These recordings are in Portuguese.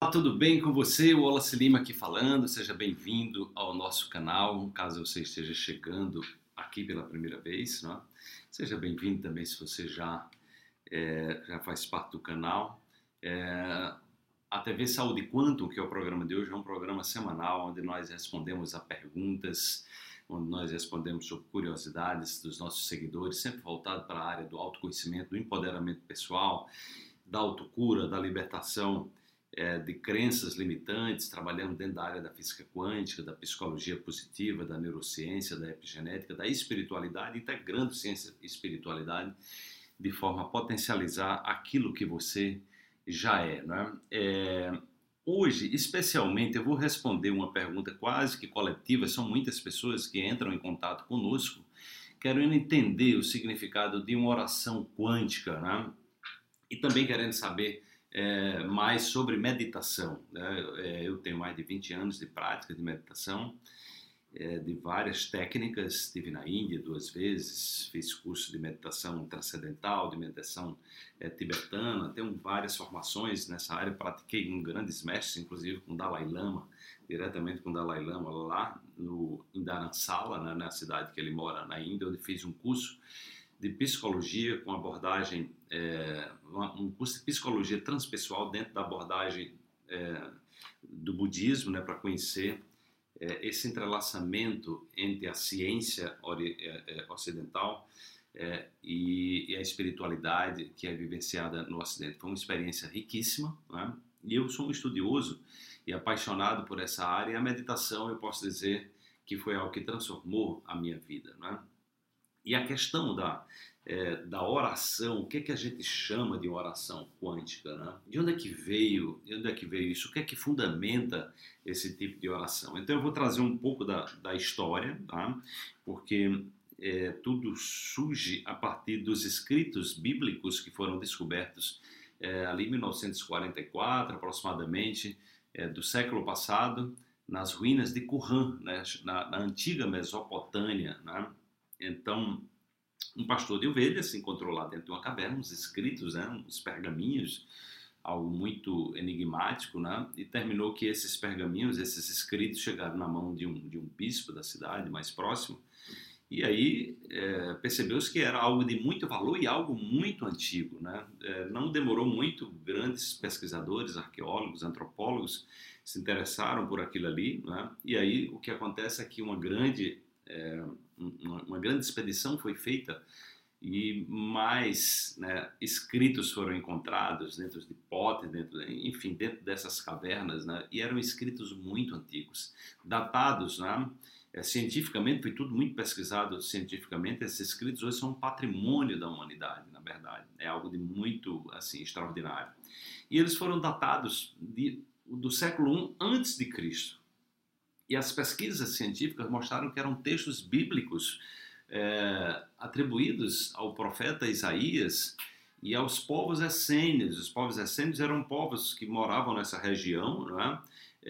Olá, tudo bem com você? O Wallace Lima aqui falando. Seja bem-vindo ao nosso canal, caso você esteja chegando aqui pela primeira vez, não é? Seja bem-vindo também se você já faz parte do canal. A TV Saúde Quantum, que é o programa de hoje, é um programa semanal onde nós respondemos a perguntas, onde nós respondemos sobre curiosidades dos nossos seguidores, sempre voltado para a área do autoconhecimento, do empoderamento pessoal, da autocura, da libertação de crenças limitantes, trabalhando dentro da área da física quântica, da psicologia positiva, da neurociência, da epigenética, da espiritualidade, integrando ciência e espiritualidade de forma a potencializar aquilo que você já é, não é? Hoje, especialmente, eu vou responder uma pergunta quase que coletiva. São muitas pessoas que entram em contato conosco querendo entender o significado de uma oração quântica, né? E também querendo saber mais sobre meditação, né? Eu tenho mais de 20 anos de prática de meditação, de várias técnicas. Estive na Índia 2 vezes, fiz curso de meditação transcendental, de meditação tibetana, tenho várias formações nessa área, pratiquei com grandes mestres, inclusive com Dalai Lama, diretamente com Dalai Lama lá em Dharamsala, né, na cidade que ele mora na Índia, onde fiz um curso de psicologia com abordagem, um curso de psicologia transpessoal dentro da abordagem do budismo, né, para conhecer esse entrelaçamento entre a ciência ocidental e a espiritualidade que é vivenciada no Ocidente. Foi uma experiência riquíssima, né? E eu sou um estudioso e apaixonado por essa área, e a meditação, eu posso dizer que foi algo que transformou a minha vida, né? E a questão da oração, o que é que a gente chama de oração quântica, né? De onde é que veio isso? O que é que fundamenta esse tipo de oração? Então eu vou trazer um pouco da história, tá? Porque tudo surge a partir dos escritos bíblicos que foram descobertos ali em 1944, aproximadamente, do século passado, nas ruínas de Qumran, né? na antiga Mesopotâmia, né? Então, um pastor de ovelhas se encontrou lá dentro de uma caverna, uns escritos, né, uns pergaminhos, algo muito enigmático, né? E terminou que esses pergaminhos, esses escritos, chegaram na mão de um bispo da cidade mais próximo. E aí percebeu-se que era algo de muito valor e algo muito antigo, né? Não demorou muito, grandes pesquisadores, arqueólogos, antropólogos se interessaram por aquilo ali, né? E aí o que acontece é que uma grande expedição foi feita e mais, né, escritos foram encontrados dentro de potes, enfim, dentro dessas cavernas, né? E eram escritos muito antigos, datados, né? Cientificamente, foi tudo muito pesquisado cientificamente. Esses escritos hoje são um patrimônio da humanidade, na verdade. É algo de muito, assim, extraordinário. E eles foram datados do século I antes de Cristo. E as pesquisas científicas mostraram que eram textos bíblicos atribuídos ao profeta Isaías e aos povos essênios. Os povos essênios eram povos que moravam nessa região, não é?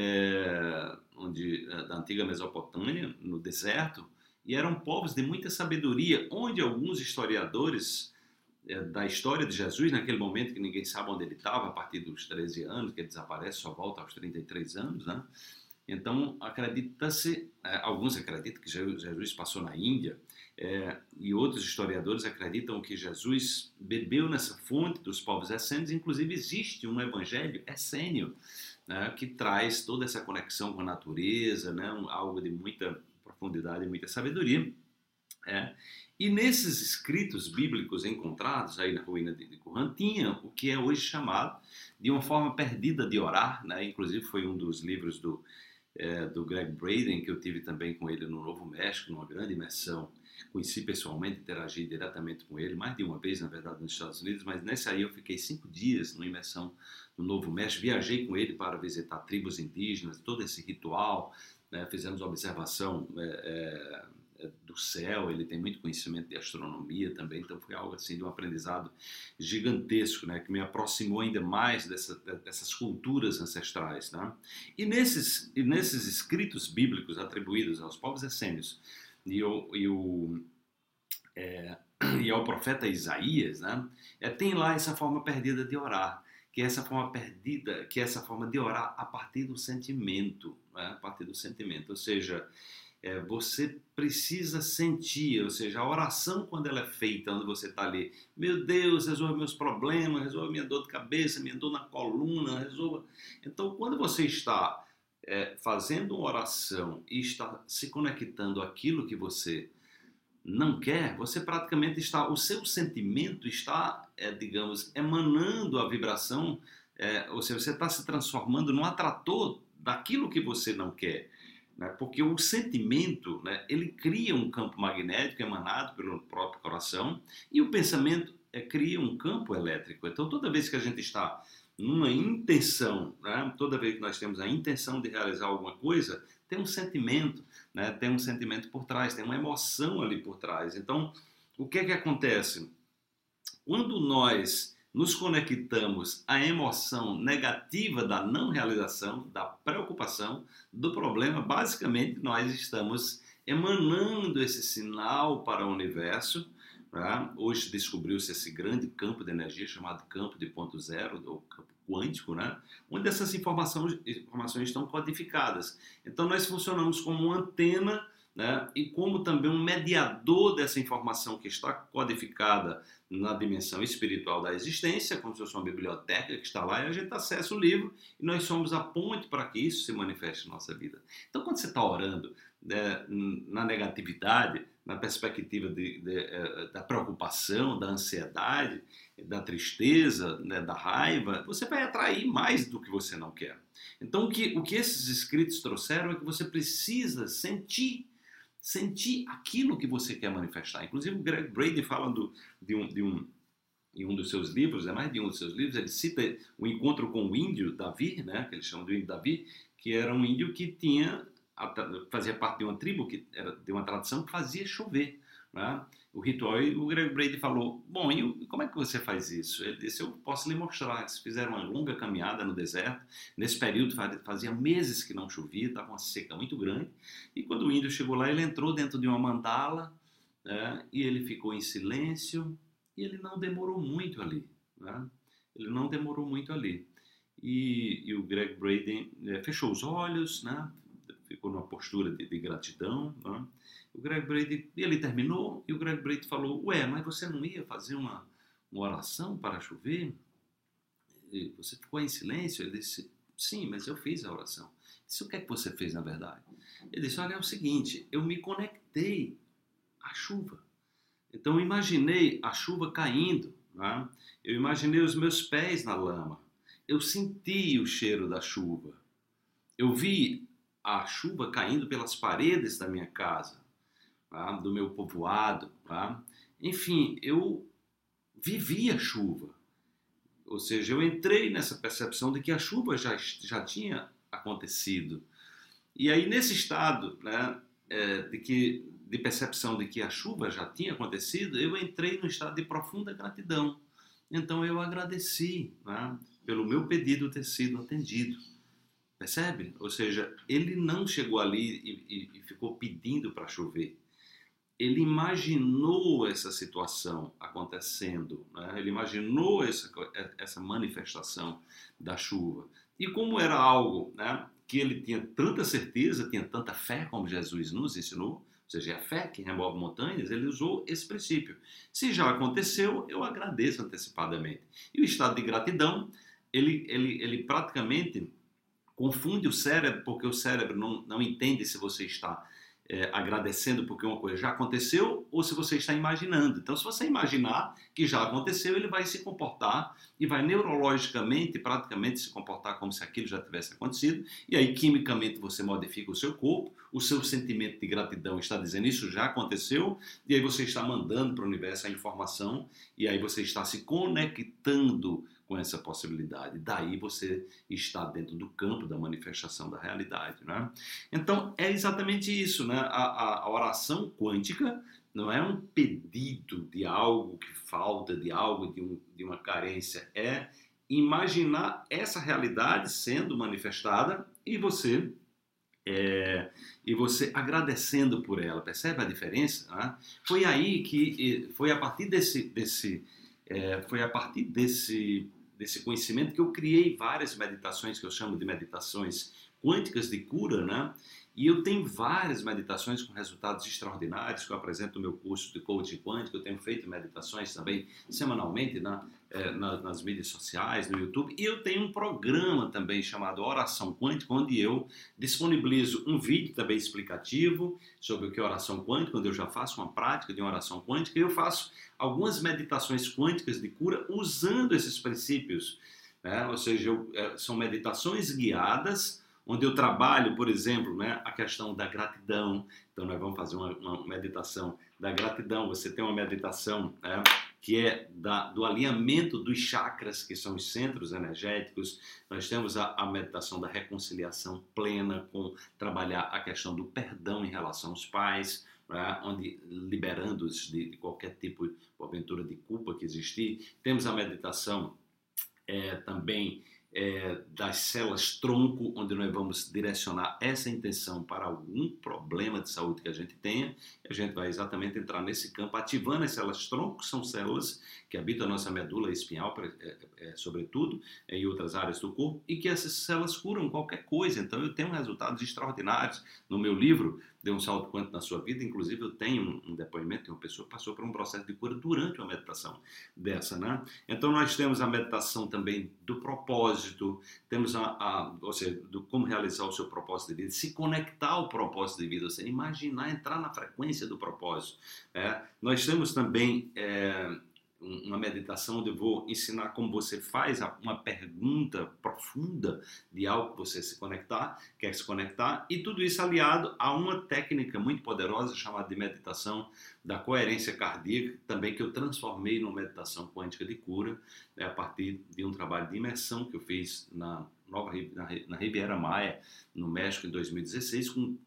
Da antiga Mesopotâmia, no deserto, e eram povos de muita sabedoria, onde alguns historiadores da história de Jesus, naquele momento que ninguém sabe onde ele estava, a partir dos 13 anos, que ele desaparece, só volta aos 33 anos, né? Então, acredita-se, alguns acreditam que Jesus passou na Índia, e outros historiadores acreditam que Jesus bebeu nessa fonte dos povos essênios. Inclusive, existe um evangelho essênio, né, que traz toda essa conexão com a natureza, né, algo de muita profundidade e muita sabedoria. E nesses escritos bíblicos encontrados aí na ruína de Qumran, tinha o que é hoje chamado de uma forma perdida de orar, né? Inclusive foi um dos livros do Greg Braden, que eu tive também com ele no Novo México, numa grande imersão. Conheci pessoalmente, interagi diretamente com ele, mais de uma vez, na verdade, nos Estados Unidos, mas nessa aí eu fiquei 5 dias numa imersão no Novo México, viajei com ele para visitar tribos indígenas, todo esse ritual, né? Fizemos observação do céu. Ele tem muito conhecimento de astronomia também, então foi algo assim de um aprendizado gigantesco, né, que me aproximou ainda mais dessas culturas ancestrais, né? E nesses escritos bíblicos atribuídos aos povos essênios e ao profeta Isaías, né, tem lá essa forma perdida de orar, que é essa forma perdida, que é essa forma de orar a partir do sentimento, né? A partir do sentimento, ou seja, você precisa sentir, ou seja, a oração quando ela é feita, onde você está ali, meu Deus, resolva meus problemas, resolva minha dor de cabeça, minha dor na coluna, resolva... Então, quando você está fazendo uma oração e está se conectando àquilo que você não quer, você praticamente está, o seu sentimento está, digamos, emanando a vibração, ou seja, você está se transformando num atrator daquilo que você não quer, né? Porque o sentimento, né, ele cria um campo magnético emanado pelo próprio coração e o pensamento cria um campo elétrico. Então, toda vez que a gente está numa intenção, né, toda vez que nós temos a intenção de realizar alguma coisa, tem um sentimento, né, tem um sentimento por trás, tem uma emoção ali por trás. Então, o que é que acontece? Quando nós nos conectamos à emoção negativa da não realização, da preocupação, do problema, basicamente nós estamos emanando esse sinal para o universo. Né? Hoje descobriu-se esse grande campo de energia chamado campo de ponto zero, ou campo quântico, né? Onde essas informações estão codificadas. Então nós funcionamos como uma antena, né? E como também um mediador dessa informação que está codificada na dimensão espiritual da existência, como se fosse uma biblioteca que está lá e a gente acessa o livro e nós somos a ponte para que isso se manifeste na nossa vida. Então, quando você está orando na negatividade, na perspectiva da preocupação, da ansiedade, da tristeza, né, da raiva, você vai atrair mais do que você não quer. Então, o que esses escritos trouxeram é que você precisa sentir aquilo que você quer manifestar. Inclusive, o Greg Brady fala em um dos seus livros, mais de um dos seus livros, ele cita o encontro com o índio Davi, né, que eles chamam de índio Davi, que era um índio que fazia parte de uma tribo, que era de uma tradição que fazia chover, né, o ritual. E o Greg Brady falou, bom, e como é que você faz isso? Ele disse, eu posso lhe mostrar. Eles fizeram uma longa caminhada no deserto. Nesse período fazia meses que não chovia, estava uma seca muito grande. E quando o índio chegou lá, ele entrou dentro de uma mandala, né, e ele ficou em silêncio e ele não demorou muito ali. Né? Ele não demorou muito ali. E o Greg Brady fechou os olhos, né? Ficou numa postura de gratidão. Né? O Greg Brady, ele terminou e o Greg Brady falou, mas você não ia fazer uma oração para chover? E você ficou em silêncio? Ele disse, sim, mas eu fiz a oração. Eu disse, o que é que você fez na verdade? Ele disse, olha, é o seguinte, eu me conectei à chuva. Então eu imaginei a chuva caindo, né? Eu imaginei os meus pés na lama, eu senti o cheiro da chuva, eu vi a chuva caindo pelas paredes da minha casa, tá? Do meu povoado, tá? Enfim, eu vivi a chuva, ou seja, eu entrei nessa percepção de que a chuva já tinha acontecido. E aí nesse estado, né, de percepção de que a chuva já tinha acontecido, eu entrei no estado de profunda gratidão. Então eu agradeci, né, pelo meu pedido ter sido atendido. Percebe? Ou seja, ele não chegou ali e ficou pedindo para chover. Ele imaginou essa situação acontecendo, né? Ele imaginou essa manifestação da chuva. E como era algo, né, que ele tinha tanta certeza, tinha tanta fé, como Jesus nos ensinou, ou seja, é a fé que remove montanhas, ele usou esse princípio. Se já aconteceu, eu agradeço antecipadamente. E o estado de gratidão, ele praticamente confunde o cérebro, porque o cérebro não entende se você está agradecendo porque uma coisa já aconteceu ou se você está imaginando. Então, se você imaginar que já aconteceu, ele vai se comportar e vai neurologicamente, praticamente se comportar como se aquilo já tivesse acontecido, e aí quimicamente você modifica o seu corpo, o seu sentimento de gratidão está dizendo isso já aconteceu, e aí você está mandando para o universo a informação, e aí você está se conectando com essa possibilidade. Daí você está dentro do campo da manifestação da realidade, né? Então, é exatamente isso, né? A oração quântica não é um pedido de algo que falta, de algo, de uma carência. É imaginar essa realidade sendo manifestada e você agradecendo por ela. Percebe a diferença? Né? Foi a partir desse desse conhecimento que eu criei várias meditações que eu chamo de meditações quânticas de cura, né? E eu tenho várias meditações com resultados extraordinários, que eu apresento no meu curso de coaching quântico. Eu tenho feito meditações também semanalmente nas mídias sociais, no YouTube. E eu tenho um programa também chamado Oração Quântica, onde eu disponibilizo um vídeo também explicativo sobre o que é oração quântica, onde eu já faço uma prática de uma oração quântica. E eu faço algumas meditações quânticas de cura usando esses princípios, né? Ou seja, são meditações guiadas, onde eu trabalho, por exemplo, né, a questão da gratidão. Então, nós vamos fazer uma meditação da gratidão. Você tem uma meditação, né, que é do alinhamento dos chakras, que são os centros energéticos. Nós temos a meditação da reconciliação plena, com trabalhar a questão do perdão em relação aos pais, né, onde liberando-os de qualquer tipo, aventura de culpa que existir. Temos a meditação também das células tronco, onde nós vamos direcionar essa intenção para algum problema de saúde que a gente tenha, e a gente vai exatamente entrar nesse campo, ativando as células tronco, que são células que habitam a nossa medula espinhal, sobretudo, em outras áreas do corpo, e que essas células curam qualquer coisa. Então eu tenho resultados extraordinários. No meu livro, Dê um Salto Quântico na Sua Vida, inclusive eu tenho um depoimento de uma pessoa que passou por um processo de cura durante uma meditação dessa, né? Então nós temos a meditação também do propósito, temos ou seja, do como realizar o seu propósito de vida, se conectar ao propósito de vida, ou seja, imaginar, entrar na frequência do propósito. Nós temos também uma meditação onde eu vou ensinar como você faz uma pergunta profunda de algo que você quer se conectar, e tudo isso aliado a uma técnica muito poderosa chamada de meditação da coerência cardíaca, também que eu transformei numa meditação quântica de cura, a partir de um trabalho de imersão que eu fiz na Riviera Maya, no México, em 2016, com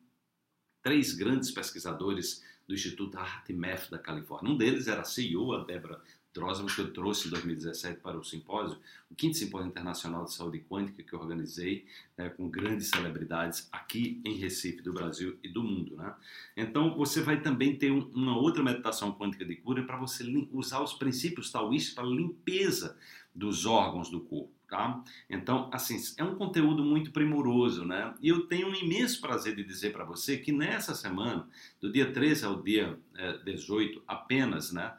3 grandes pesquisadores do Instituto HeartMath da Califórnia. Um deles era a CEO, a Deborah Drosman, que eu trouxe em 2017 para o simpósio, o 5º Simpósio Internacional de Saúde Quântica, que eu organizei com grandes celebridades aqui em Recife, do Brasil e do mundo, né? Então, você vai também ter uma outra meditação quântica de cura para você usar os princípios taoístas para a limpeza dos órgãos do corpo. Tá? Então, assim, é um conteúdo muito primoroso, né? E eu tenho um imenso prazer de dizer para você que nessa semana, do dia 13 ao dia 18 apenas, né?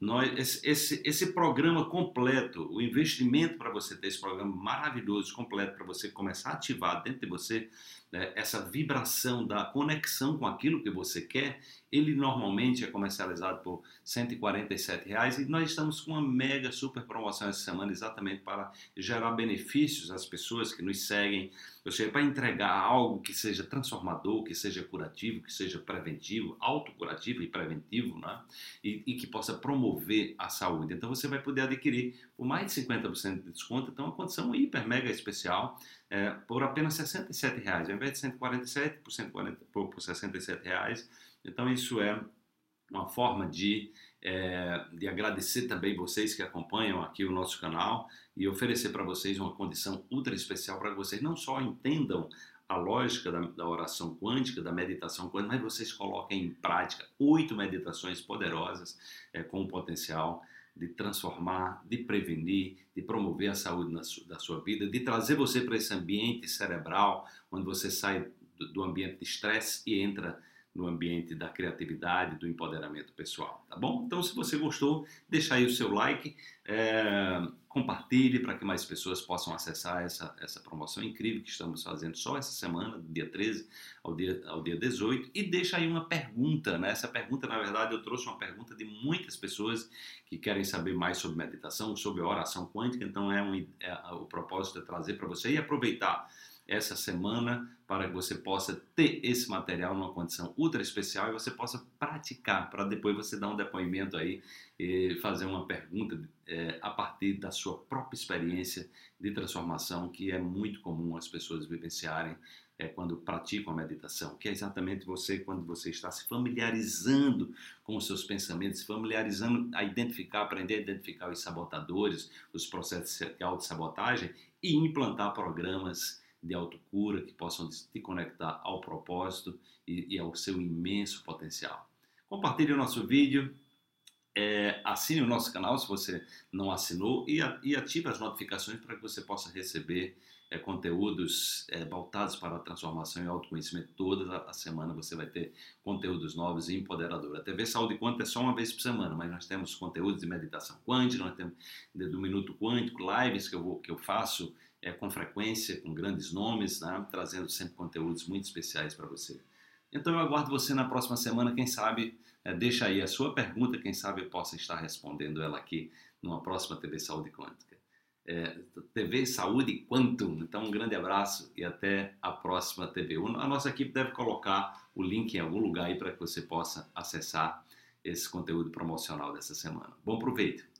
Esse programa completo, o investimento para você ter esse programa maravilhoso, completo, para você começar a ativar dentro de você essa vibração da conexão com aquilo que você quer, ele normalmente é comercializado por R$ 147 e nós estamos com uma mega super promoção essa semana exatamente para gerar benefícios às pessoas que nos seguem, ou seja, para entregar algo que seja transformador, que seja curativo, que seja preventivo, autocurativo e preventivo, né? E que possa promover a saúde. Então você vai poder adquirir por mais de 50% de desconto, então uma condição hiper mega especial, por apenas R$ 67, ao invés de 147 por R$ 67. Então isso é uma forma de agradecer também vocês que acompanham aqui o nosso canal e oferecer para vocês uma condição ultra especial para que vocês não só entendam a lógica da oração quântica, da meditação quântica, mas vocês coloquem em prática 8 meditações poderosas com o potencial de transformar, de prevenir, de promover a saúde da sua vida, de trazer você para esse ambiente cerebral, onde você sai do ambiente de estresse e entra no ambiente da criatividade, do empoderamento pessoal, tá bom? Então, se você gostou, deixa aí o seu like, compartilhe para que mais pessoas possam acessar essa promoção incrível que estamos fazendo só essa semana, do dia 13 ao dia 18, e deixa aí uma pergunta, né? Essa pergunta, na verdade, eu trouxe uma pergunta de muitas pessoas que querem saber mais sobre meditação, sobre a oração quântica, então o propósito é trazer para você e aproveitar essa semana para que você possa ter esse material numa condição ultra especial e você possa praticar, para depois você dar um depoimento aí e fazer uma pergunta a partir da sua própria experiência de transformação, que é muito comum as pessoas vivenciarem quando praticam a meditação, que é exatamente quando você está se familiarizando com os seus pensamentos, se familiarizando aprender a identificar os sabotadores, os processos de autossabotagem e implantar programas de autocura que possam te conectar ao propósito e ao seu imenso potencial. Compartilhe o nosso vídeo, assine o nosso canal se você não assinou e ative as notificações para que você possa receber conteúdos voltados para a transformação e autoconhecimento. Toda a semana você vai ter conteúdos novos e empoderadores. A TV Saúde Quântica é só uma vez por semana, mas nós temos conteúdos de meditação quântica, nós temos do Minuto Quântico, lives que eu faço com frequência, com grandes nomes, né, trazendo sempre conteúdos muito especiais para você. Então eu aguardo você na próxima semana, quem sabe, deixa aí a sua pergunta, quem sabe eu possa estar respondendo ela aqui numa próxima TV Saúde Quântica. TV Saúde Quantum. Então um grande abraço e até a próxima TV. A nossa equipe deve colocar o link em algum lugar aí para que você possa acessar esse conteúdo promocional dessa semana. Bom proveito!